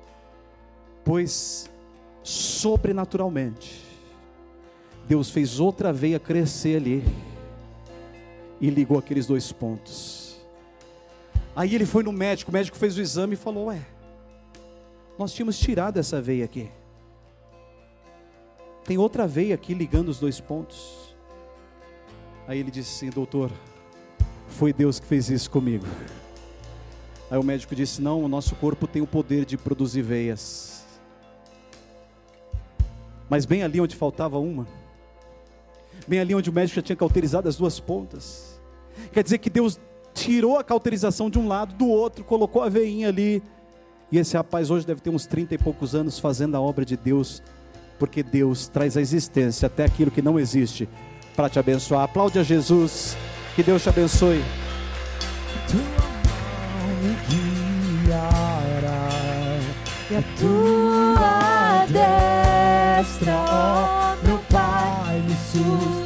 pois sobrenaturalmente Deus fez outra veia crescer ali e ligou aqueles dois pontos. Aí ele foi no médico, o médico fez o exame e falou: ué, nós tínhamos tirado essa veia aqui, tem outra veia aqui ligando os dois pontos. Aí ele disse assim: doutor, foi Deus que fez isso comigo. Aí o médico disse: não, o nosso corpo tem o poder de produzir veias, mas bem ali onde faltava uma, bem ali onde o médico já tinha cauterizado as duas pontas, quer dizer que Deus tirou a cauterização de um lado, do outro, colocou a veinha ali. E esse rapaz hoje deve ter uns 30 e poucos anos fazendo a obra de Deus, porque Deus traz a existência até aquilo que não existe para te abençoar. Aplaude a Jesus, que Deus te abençoe. Tua mão me guiará, e a tua destra, ó meu Pai, me sustentará.